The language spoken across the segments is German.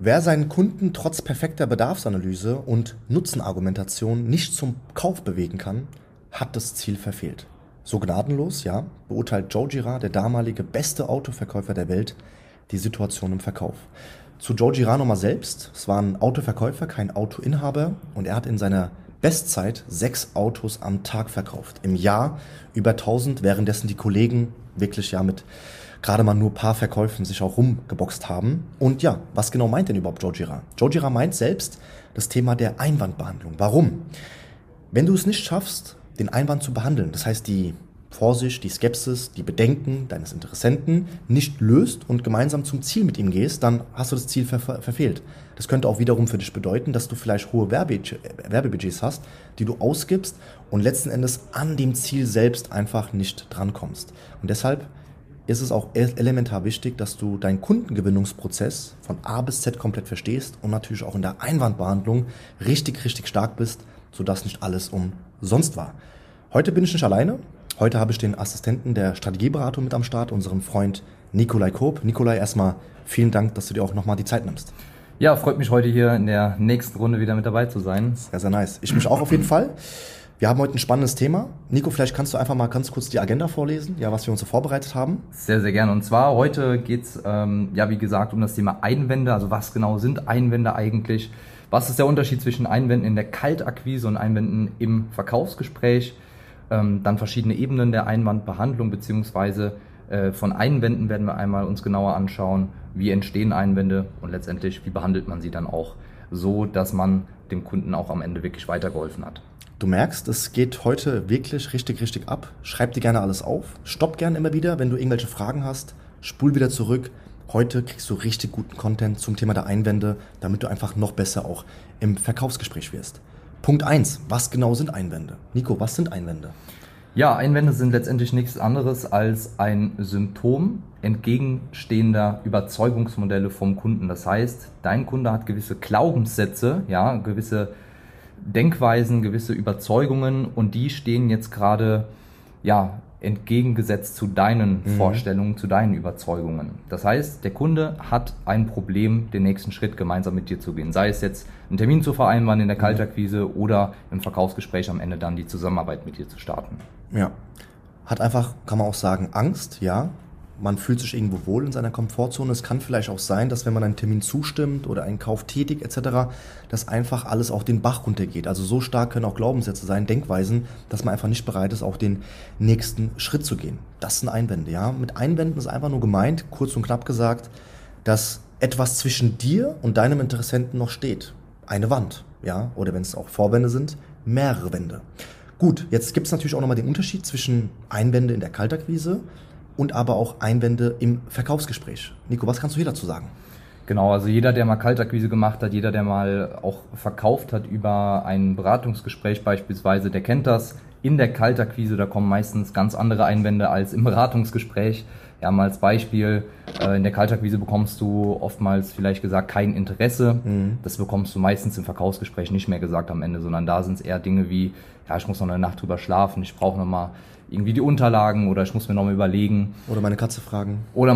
Wer seinen Kunden trotz perfekter Bedarfsanalyse und Nutzenargumentation nicht zum Kauf bewegen kann, hat das Ziel verfehlt. So gnadenlos, ja, beurteilt Joe Girard, der damalige beste Autoverkäufer der Welt, die Situation im Verkauf. Zu Joe Girard nochmal selbst. Es war ein Autoverkäufer, kein Autoinhaber, und er hat in seiner Bestzeit 6 Autos am Tag verkauft. Im Jahr über 1000, währenddessen die Kollegen wirklich ja mit gerade mal nur ein paar Verkäufen sich auch rumgeboxt haben. Und ja, was genau meint denn überhaupt Joe Girard? Joe Girard meint selbst das Thema der Einwandbehandlung. Warum? Wenn du es nicht schaffst, den Einwand zu behandeln, das heißt die Vorsicht, die Skepsis, die Bedenken deines Interessenten nicht löst und gemeinsam zum Ziel mit ihm gehst, dann hast du das Ziel verfehlt. Das könnte auch wiederum für dich bedeuten, dass du vielleicht hohe Werbebudgets hast, die du ausgibst und letzten Endes an dem Ziel selbst einfach nicht drankommst. Und deshalb ist es auch elementar wichtig, dass du deinen Kundengewinnungsprozess von A bis Z komplett verstehst und natürlich auch in der Einwandbehandlung richtig stark bist, sodass nicht alles umsonst war. Heute bin ich nicht alleine. Heute habe ich den Assistenten der Strategieberatung mit am Start, unseren Freund Nikolai Koop. Nikolai, erstmal vielen Dank, dass du dir auch nochmal die Zeit nimmst. Ja, freut mich heute hier in der nächsten Runde wieder mit dabei zu sein. Sehr nice. Ich mich auch auf jeden Fall. Wir haben heute ein spannendes Thema. Nico, vielleicht kannst du einfach mal ganz kurz die Agenda vorlesen, ja, was wir uns so vorbereitet haben. Sehr gerne. Und zwar heute geht's wie gesagt, um das Thema Einwände. Also was genau sind Einwände eigentlich? Was ist der Unterschied zwischen Einwänden in der Kaltakquise und Einwänden im Verkaufsgespräch? Dann verschiedene Ebenen der Einwandbehandlung beziehungsweise von Einwänden werden wir einmal uns genauer anschauen, wie entstehen Einwände und letztendlich wie behandelt man sie dann auch so, dass man dem Kunden auch am Ende wirklich weitergeholfen hat. Du merkst, es geht heute wirklich richtig ab. Schreib dir gerne alles auf. Stopp gerne immer wieder, wenn du irgendwelche Fragen hast. Spul wieder zurück. Heute kriegst du richtig guten Content zum Thema der Einwände, damit du einfach noch besser auch im Verkaufsgespräch wirst. Punkt 1. Was genau sind Einwände? Nico, was sind Einwände? Ja, Einwände sind letztendlich nichts anderes als ein Symptom entgegenstehender Überzeugungsmodelle vom Kunden. Das heißt, dein Kunde hat gewisse Glaubenssätze, ja, gewisse Denkweisen, gewisse Überzeugungen und die stehen jetzt gerade entgegengesetzt zu deinen Vorstellungen, zu deinen Überzeugungen. Das heißt, der Kunde hat ein Problem, den nächsten Schritt gemeinsam mit dir zu gehen. Sei es jetzt einen Termin zu vereinbaren in der Kaltakquise oder im Verkaufsgespräch am Ende dann die Zusammenarbeit mit dir zu starten. Ja, hat einfach, kann man auch sagen, Angst, ja. Man fühlt sich irgendwo wohl in seiner Komfortzone. Es kann vielleicht auch sein, dass wenn man einen Termin zustimmt oder einen Kauf tätigt etc., dass einfach alles auch den Bach runtergeht. Also so stark können auch Glaubenssätze sein, Denkweisen, dass man einfach nicht bereit ist, auch den nächsten Schritt zu gehen. Das sind Einwände, ja. Mit Einwänden ist einfach nur gemeint, kurz und knapp gesagt, dass etwas zwischen dir und deinem Interessenten noch steht. Eine Wand, ja. Oder wenn es auch Vorwände sind, mehrere Wände. Gut, jetzt gibt es natürlich auch nochmal den Unterschied zwischen Einwände in der Kaltakquise und aber auch Einwände im Verkaufsgespräch. Nico, was kannst du hier dazu sagen? Genau, also jeder, der mal Kaltakquise gemacht hat, jeder, der mal auch verkauft hat über ein Beratungsgespräch beispielsweise, der kennt das. In der Kaltakquise, da kommen meistens ganz andere Einwände als im Beratungsgespräch. Ja, mal als Beispiel, in der Kaltakquise bekommst du oftmals vielleicht gesagt kein Interesse. Das bekommst du meistens im Verkaufsgespräch nicht mehr gesagt am Ende, sondern da sind es eher Dinge wie, ja, ich muss noch eine Nacht drüber schlafen, ich brauche noch mal irgendwie die Unterlagen oder ich muss mir noch mal überlegen. Oder meine Katze fragen.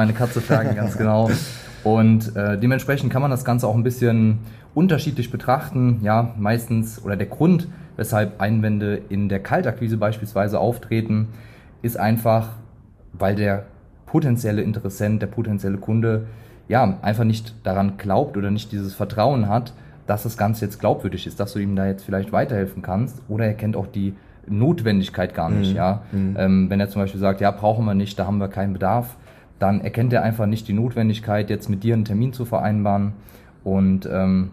Ganz genau. Und dementsprechend kann man das Ganze auch ein bisschen unterschiedlich betrachten. Ja, meistens, oder der Grund, weshalb Einwände in der Kaltakquise beispielsweise auftreten, ist einfach, weil der potenzielle Interessent, der potenzielle Kunde, ja, einfach nicht daran glaubt oder nicht dieses Vertrauen hat, dass das Ganze jetzt glaubwürdig ist, dass du ihm da jetzt vielleicht weiterhelfen kannst, oder er kennt auch die Notwendigkeit gar nicht, ja. Wenn er zum Beispiel sagt, ja, brauchen wir nicht, da haben wir keinen Bedarf, dann erkennt er einfach nicht die Notwendigkeit, jetzt mit dir einen Termin zu vereinbaren. Und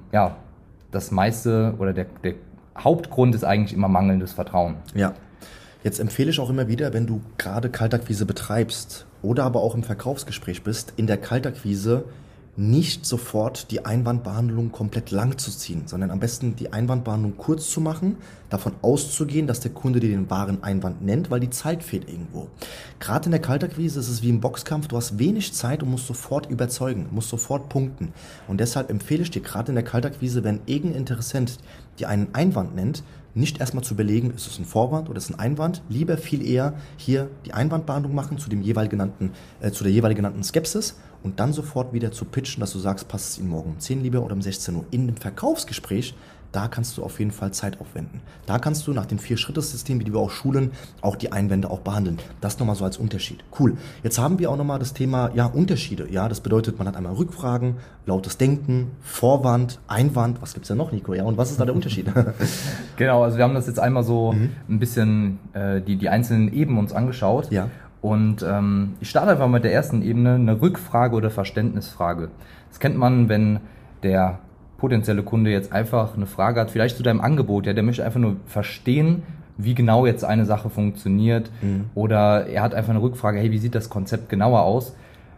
das meiste oder der Hauptgrund ist eigentlich immer mangelndes Vertrauen. Ja, jetzt empfehle ich auch immer wieder, wenn du gerade Kaltakquise betreibst oder aber auch im Verkaufsgespräch bist, in der Kaltakquise nicht sofort die Einwandbehandlung komplett lang zu ziehen, sondern am besten die Einwandbehandlung kurz zu machen, davon auszugehen, dass der Kunde dir den wahren Einwand nennt, weil die Zeit fehlt irgendwo. Gerade in der Kaltakquise ist es wie im Boxkampf, du hast wenig Zeit und musst sofort überzeugen, musst sofort punkten. Und deshalb empfehle ich dir gerade in der Kaltakquise, wenn irgendein Interessent dir einen Einwand nennt, nicht erstmal zu überlegen, ist es ein Vorwand oder ist es ein Einwand. Lieber viel eher hier die Einwandbehandlung machen zu der jeweils genannten Skepsis und dann sofort wieder zu pitchen, dass du sagst, passt es Ihnen morgen um 10 lieber oder um 16 Uhr. In dem Verkaufsgespräch, da kannst du auf jeden Fall Zeit aufwenden. Da kannst du nach dem 4-Schritte-System, wie wir auch schulen, auch die Einwände auch behandeln. Das nochmal so als Unterschied. Cool. Jetzt haben wir auch nochmal das Thema, ja, Unterschiede. Ja, das bedeutet, man hat einmal Rückfragen, lautes Denken, Vorwand, Einwand. Was gibt's da noch, Nico? Ja, und was ist da der Unterschied? Genau, also wir haben das jetzt einmal so ein bisschen die einzelnen Ebenen uns angeschaut. Ja. Und ich starte einfach mit der ersten Ebene, eine Rückfrage oder Verständnisfrage. Das kennt man, wenn der potenzielle Kunde jetzt einfach eine Frage hat, vielleicht zu deinem Angebot, ja, der möchte einfach nur verstehen, wie genau jetzt eine Sache funktioniert, oder er hat einfach eine Rückfrage, hey, wie sieht das Konzept genauer aus?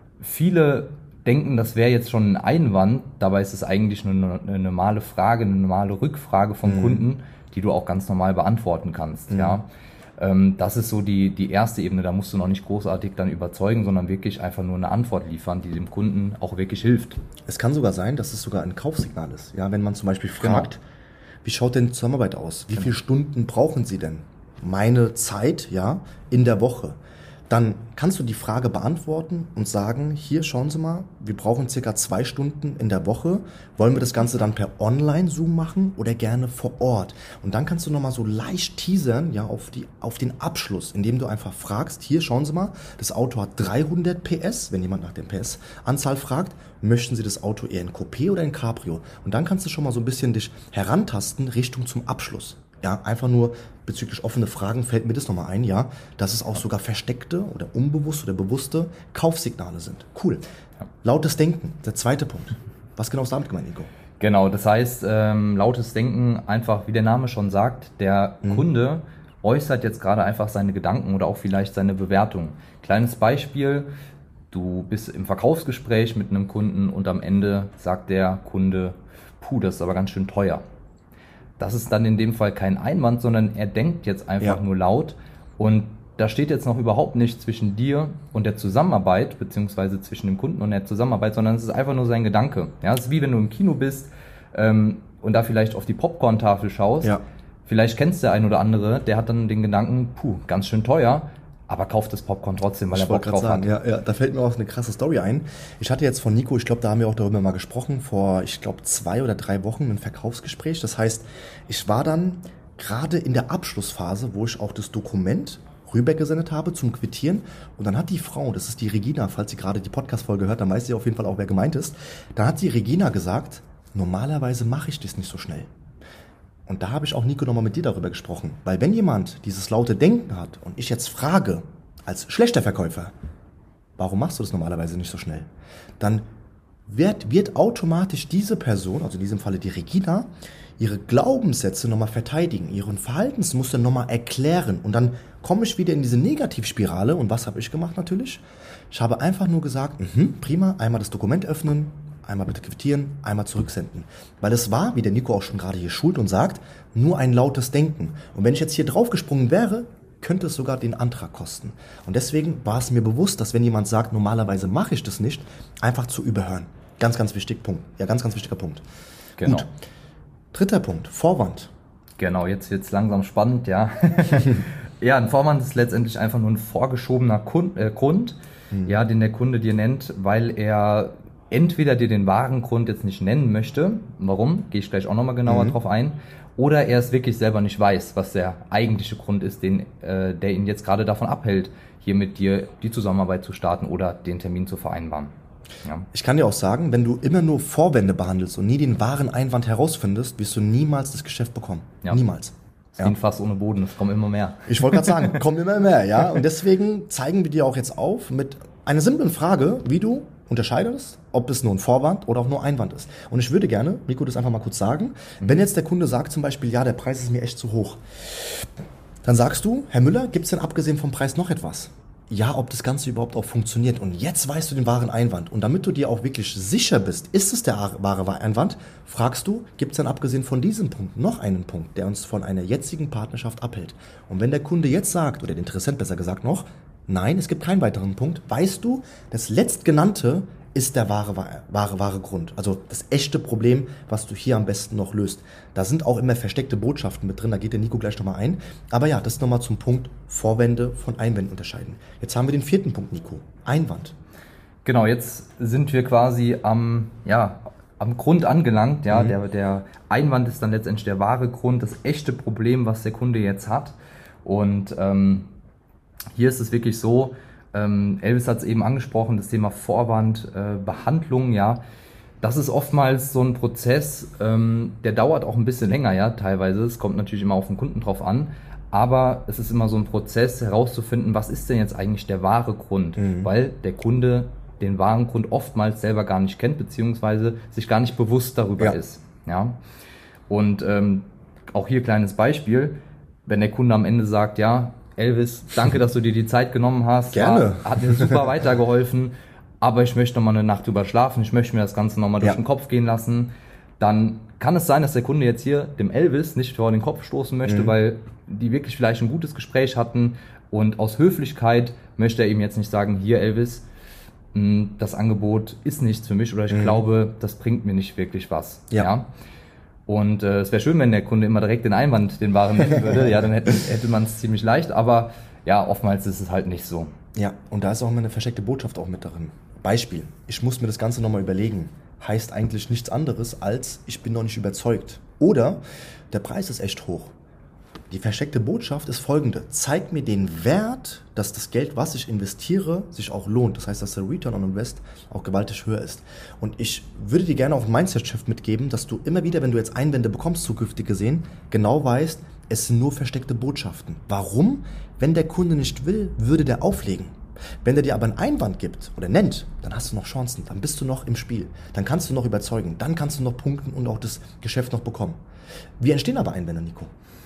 Viele denken, das wäre jetzt schon ein Einwand, dabei ist es eigentlich nur eine normale Frage, eine normale Rückfrage vom Kunden, die du auch ganz normal beantworten kannst, ja. Das ist so die erste Ebene, da musst du noch nicht großartig dann überzeugen, sondern wirklich einfach nur eine Antwort liefern, die dem Kunden auch wirklich hilft. Es kann sogar sein, dass es sogar ein Kaufsignal ist. Ja, wenn man zum Beispiel fragt, Wie schaut denn die Zusammenarbeit aus? Wie viele Stunden brauchen Sie denn? Meine Zeit, ja, in der Woche. Dann kannst du die Frage beantworten und sagen, hier, schauen Sie mal, wir brauchen circa 2 Stunden in der Woche. Wollen wir das Ganze dann per Online-Zoom machen oder gerne vor Ort? Und dann kannst du nochmal so leicht teasern, ja, auf den Abschluss, indem du einfach fragst, hier, schauen Sie mal, das Auto hat 300 PS, wenn jemand nach der PS-Anzahl fragt, möchten Sie das Auto eher in Coupé oder in Cabrio? Und dann kannst du schon mal so ein bisschen dich herantasten Richtung zum Abschluss. Ja, einfach nur bezüglich offene Fragen fällt mir das nochmal ein, ja, dass es auch sogar versteckte oder unbewusste oder bewusste Kaufsignale sind. Cool. Ja. Lautes Denken, der zweite Punkt. Was genau ist damit gemeint, Nico? Genau, das heißt, lautes Denken, einfach wie der Name schon sagt, der Kunde äußert jetzt gerade einfach seine Gedanken oder auch vielleicht seine Bewertung. Kleines Beispiel, du bist im Verkaufsgespräch mit einem Kunden und am Ende sagt der Kunde, puh, das ist aber ganz schön teuer. Das ist dann in dem Fall kein Einwand, sondern er denkt jetzt einfach nur laut und da steht jetzt noch überhaupt nicht zwischen dir und der Zusammenarbeit, beziehungsweise zwischen dem Kunden und der Zusammenarbeit, sondern es ist einfach nur sein Gedanke. Ja, es ist wie wenn du im Kino bist und da vielleicht auf die Popcorn-Tafel schaust. Ja. Vielleicht kennst du der ein oder andere, der hat dann den Gedanken, puh, ganz schön teuer, aber kauft das Popcorn trotzdem, weil er Bock drauf hat. Ja, da fällt mir auch eine krasse Story ein. Ich hatte jetzt von Nico, ich glaube, da haben wir auch darüber mal gesprochen, vor, ich glaube, 2 oder 3 Wochen ein Verkaufsgespräch. Das heißt, ich war dann gerade in der Abschlussphase, wo ich auch das Dokument rübergesendet habe zum Quittieren. Und dann hat die Frau, das ist die Regina, falls sie gerade die Podcast-Folge hört, dann weiß sie auf jeden Fall auch, wer gemeint ist. Dann hat die Regina gesagt, normalerweise mache ich das nicht so schnell. Und da habe ich auch, Nico, nochmal mit dir darüber gesprochen. Weil wenn jemand dieses laute Denken hat und ich jetzt frage, als schlechter Verkäufer, warum machst du das normalerweise nicht so schnell? Dann wird automatisch diese Person, also in diesem Falle die Regina, ihre Glaubenssätze nochmal verteidigen, ihren Verhaltensmuster nochmal erklären. Und dann komme ich wieder in diese Negativspirale. Und was habe ich gemacht natürlich? Ich habe einfach nur gesagt, prima, einmal das Dokument öffnen, einmal bitte quittieren, einmal zurücksenden. Weil es war, wie der Nico auch schon gerade hier schult und sagt, nur ein lautes Denken. Und wenn ich jetzt hier draufgesprungen wäre, könnte es sogar den Antrag kosten. Und deswegen war es mir bewusst, dass wenn jemand sagt, normalerweise mache ich das nicht, einfach zu überhören. Ganz, ganz wichtig, Punkt. Ja, ganz, ganz wichtiger Punkt. Genau. Gut. 3. Punkt, Vorwand. Genau, jetzt wird's langsam spannend, ja. Ja, ein Vorwand ist letztendlich einfach nur ein vorgeschobener Grund, ja, den der Kunde dir nennt, weil er entweder dir den wahren Grund jetzt nicht nennen möchte, warum, gehe ich gleich auch nochmal genauer drauf ein, oder er es wirklich selber nicht weiß, was der eigentliche Grund ist, der ihn jetzt gerade davon abhält, hier mit dir die Zusammenarbeit zu starten oder den Termin zu vereinbaren. Ja. Ich kann dir auch sagen, wenn du immer nur Vorwände behandelst und nie den wahren Einwand herausfindest, wirst du niemals das Geschäft bekommen. Ja. Niemals. Es ist ein Fass ohne Boden, es kommen immer mehr. Ich wollte gerade sagen, kommen immer mehr, ja. Und deswegen zeigen wir dir auch jetzt auf mit einer simplen Frage, wie du unterscheidest, ob es nur ein Vorwand oder auch nur Einwand ist. Und ich würde gerne, Nico, das einfach mal kurz sagen, wenn jetzt der Kunde sagt zum Beispiel, ja, der Preis ist mir echt zu hoch, dann sagst du, Herr Müller, gibt es denn abgesehen vom Preis noch etwas? Ja, ob das Ganze überhaupt auch funktioniert. Und jetzt weißt du den wahren Einwand. Und damit du dir auch wirklich sicher bist, ist es der wahre Einwand, fragst du, gibt es denn abgesehen von diesem Punkt noch einen Punkt, der uns von einer jetzigen Partnerschaft abhält? Und wenn der Kunde jetzt sagt, oder der Interessent besser gesagt noch, nein, es gibt keinen weiteren Punkt, weißt du, das letztgenannte ist der wahre Grund. Also das echte Problem, was du hier am besten noch löst. Da sind auch immer versteckte Botschaften mit drin, da geht der Nico gleich nochmal ein. Aber ja, das nochmal zum Punkt Vorwände von Einwänden unterscheiden. Jetzt haben wir den 4. Punkt, Nico. Einwand. Genau, jetzt sind wir quasi am Grund angelangt. Ja, der Einwand ist dann letztendlich der wahre Grund, das echte Problem, was der Kunde jetzt hat. Und hier ist es wirklich so, Elvis hat es eben angesprochen, das Thema Vorwand, Behandlung, ja. Das ist oftmals so ein Prozess, der dauert auch ein bisschen länger, ja, teilweise. Es kommt natürlich immer auf den Kunden drauf an. Aber es ist immer so ein Prozess herauszufinden, was ist denn jetzt eigentlich der wahre Grund? Weil der Kunde den wahren Grund oftmals selber gar nicht kennt, beziehungsweise sich gar nicht bewusst darüber ist. Ja? Und auch hier kleines Beispiel, wenn der Kunde am Ende sagt, ja, Elvis, danke, dass du dir die Zeit genommen hast. Gerne. Hat mir super weitergeholfen, aber ich möchte noch mal eine Nacht drüber schlafen, ich möchte mir das Ganze noch mal durch den Kopf gehen lassen. Dann kann es sein, dass der Kunde jetzt hier dem Elvis nicht vor den Kopf stoßen möchte, weil die wirklich vielleicht ein gutes Gespräch hatten und aus Höflichkeit möchte er ihm jetzt nicht sagen, hier Elvis, das Angebot ist nichts für mich oder ich glaube, das bringt mir nicht wirklich was. Ja? Und es wäre schön, wenn der Kunde immer direkt den Einwand, den wahren nennen würde, ja, dann hätte man es ziemlich leicht, aber ja, oftmals ist es halt nicht so. Ja, und da ist auch immer eine versteckte Botschaft auch mit darin. Beispiel, ich muss mir das Ganze nochmal überlegen. Heißt eigentlich nichts anderes als, ich bin noch nicht überzeugt. Oder, der Preis ist echt hoch. Die versteckte Botschaft ist folgende. Zeig mir den Wert, dass das Geld, was ich investiere, sich auch lohnt. Das heißt, dass der Return on Invest auch gewaltig höher ist. Und ich würde dir gerne auch ein Mindset-Shift mitgeben, dass du immer wieder, wenn du jetzt Einwände bekommst, zukünftig gesehen, genau weißt, es sind nur versteckte Botschaften. Warum? Wenn der Kunde nicht will, würde der auflegen. Wenn der dir aber einen Einwand gibt oder nennt, dann hast du noch Chancen, dann bist du noch im Spiel, dann kannst du noch überzeugen, dann kannst du noch punkten und auch das Geschäft noch bekommen. Wie entstehen aber Einwände, Nico?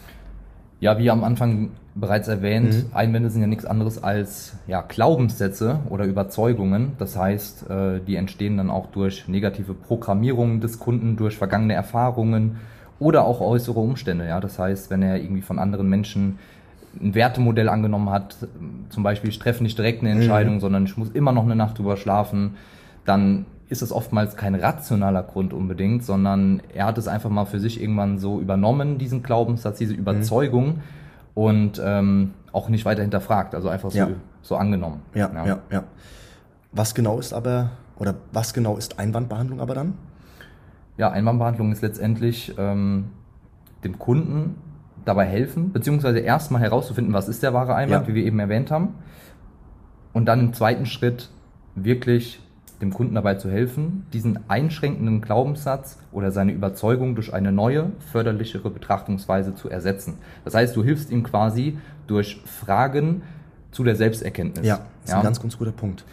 Ja, wie am Anfang bereits erwähnt, Einwände sind ja nichts anderes als Glaubenssätze oder Überzeugungen. Das heißt, die entstehen dann auch durch negative Programmierungen des Kunden, durch vergangene Erfahrungen oder auch äußere Umstände. Ja, das heißt, wenn er irgendwie von anderen Menschen ein Wertemodell angenommen hat, zum Beispiel ich treffe nicht direkt eine Entscheidung, sondern ich muss immer noch eine Nacht drüber schlafen, dann ist es oftmals kein rationaler Grund unbedingt, sondern er hat es einfach mal für sich irgendwann so übernommen, diesen Glaubenssatz, diese Überzeugung und auch nicht weiter hinterfragt, also einfach so angenommen. Ja. Was genau ist Einwandbehandlung aber dann? Ja, Einwandbehandlung ist letztendlich dem Kunden dabei helfen, beziehungsweise erstmal herauszufinden, was ist der wahre Einwand, wie wir eben erwähnt haben. Und dann im zweiten Schritt wirklich dem Kunden dabei zu helfen, diesen einschränkenden Glaubenssatz oder seine Überzeugung durch eine neue, förderlichere Betrachtungsweise zu ersetzen. Das heißt, du hilfst ihm quasi durch Fragen zu der Selbsterkenntnis. Ja, das ist ein ganz, ganz guter Punkt.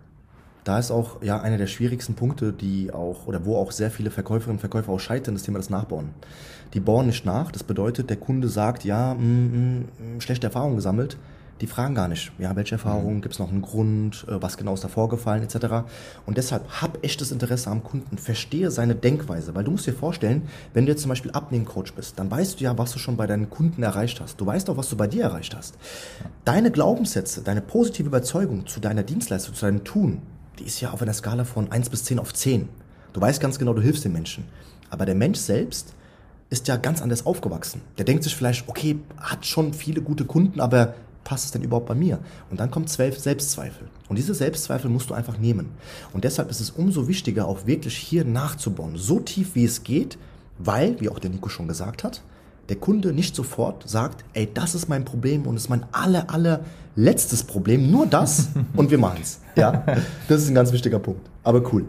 Da ist auch einer der schwierigsten Punkte, wo auch sehr viele Verkäuferinnen und Verkäufer auch scheitern, das Thema des Nachbauen. Die bauen nicht nach, das bedeutet, der Kunde sagt, schlechte Erfahrungen gesammelt. Die fragen gar nicht, welche Erfahrungen, gibt es noch einen Grund, was genau ist da vorgefallen, etc. Und deshalb hab echtes Interesse am Kunden, verstehe seine Denkweise, weil du musst dir vorstellen, wenn du jetzt zum Beispiel Abnehmcoach bist, dann weißt du ja, was du schon bei deinen Kunden erreicht hast. Du weißt auch, was du bei dir erreicht hast. Deine Glaubenssätze, deine positive Überzeugung zu deiner Dienstleistung, zu deinem Tun, die ist ja auf einer Skala von 1 bis 10 auf 10. Du weißt ganz genau, du hilfst den Menschen. Aber der Mensch selbst ist ja ganz anders aufgewachsen. Der denkt sich vielleicht, okay, hat schon viele gute Kunden, aber passt es denn überhaupt bei mir? Und dann kommt Selbstzweifel. Und diese Selbstzweifel musst du einfach nehmen. Und deshalb ist es umso wichtiger, auch wirklich hier nachzubauen. So tief wie es geht, weil, wie auch der Nico schon gesagt hat, der Kunde nicht sofort sagt, ey, das ist mein Problem und das ist mein allerletztes Problem, nur das und wir machen's. Ja, das ist ein ganz wichtiger Punkt. Aber cool.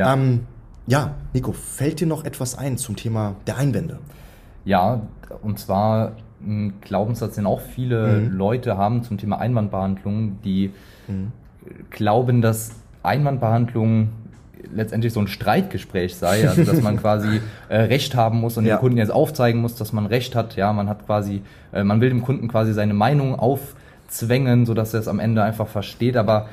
Ja, Nico, fällt dir noch etwas ein zum Thema der Einwände? Ja, und zwar ein Glaubenssatz, den auch viele Leute haben zum Thema Einwandbehandlung, die glauben, dass Einwandbehandlung letztendlich so ein Streitgespräch sei, also dass man quasi Recht haben muss und dem Kunden jetzt aufzeigen muss, dass man Recht hat. Ja, man hat quasi, man will dem Kunden quasi seine Meinung aufzwängen, sodass er es am Ende einfach versteht, aber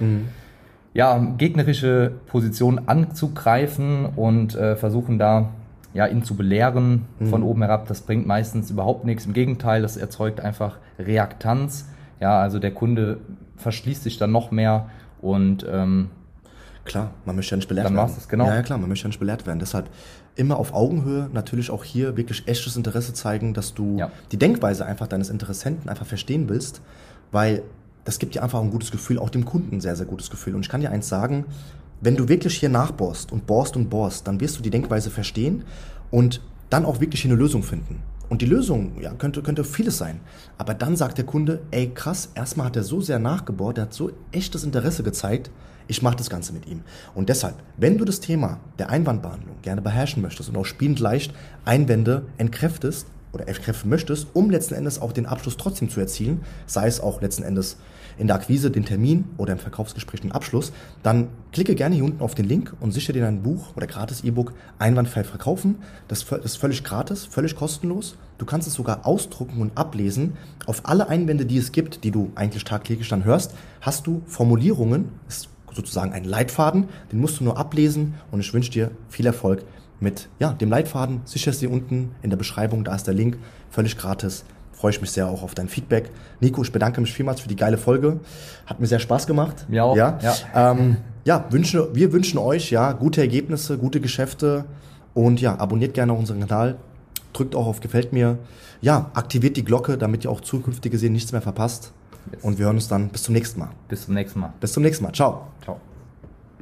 gegnerische Positionen anzugreifen und versuchen da ihn zu belehren von oben herab, das bringt meistens überhaupt nichts. Im Gegenteil, das erzeugt einfach Reaktanz. Ja, also der Kunde verschließt sich dann noch mehr und Klar, man möchte ja nicht belehrt Dann werden. war's das, genau. Ja, klar, man möchte ja nicht belehrt werden. Deshalb immer auf Augenhöhe, natürlich auch hier wirklich echtes Interesse zeigen, dass du die Denkweise einfach deines Interessenten einfach verstehen willst, weil das gibt dir einfach ein gutes Gefühl, auch dem Kunden ein sehr, sehr gutes Gefühl. Und ich kann dir eins sagen, wenn du wirklich hier nachbohrst und bohrst, dann wirst du die Denkweise verstehen und dann auch wirklich hier eine Lösung finden. Und die Lösung könnte vieles sein. Aber dann sagt der Kunde, ey krass, erstmal hat er so sehr nachgebohrt, er hat so echtes Interesse gezeigt, ich mache das Ganze mit ihm. Und deshalb, wenn du das Thema der Einwandbehandlung gerne beherrschen möchtest und auch spielend leicht Einwände entkräften möchtest, um letzten Endes auch den Abschluss trotzdem zu erzielen, sei es auch letzten Endes in der Akquise den Termin oder im Verkaufsgespräch den Abschluss, dann klicke gerne hier unten auf den Link und sichere dir dein Buch oder gratis E-Book Einwandfrei verkaufen. Das ist völlig gratis, völlig kostenlos. Du kannst es sogar ausdrucken und ablesen. Auf alle Einwände, die es gibt, die du eigentlich tagtäglich dann hörst, hast du Formulierungen, ist sozusagen ein Leitfaden, den musst du nur ablesen und ich wünsche dir viel Erfolg mit dem Leitfaden. Sicherst dir unten in der Beschreibung, da ist der Link, völlig gratis. Freue ich mich sehr auch auf dein Feedback. Nico, ich bedanke mich vielmals für die geile Folge. Hat mir sehr Spaß gemacht. Mir auch. Wir wünschen euch gute Ergebnisse, gute Geschäfte und abonniert gerne auch unseren Kanal. Drückt auch auf Gefällt mir. Aktiviert die Glocke, damit ihr auch zukünftige Serien nichts mehr verpasst. Yes. Und wir hören uns dann bis zum nächsten Mal. Bis zum nächsten Mal. Bis zum nächsten Mal. Ciao. Ciao.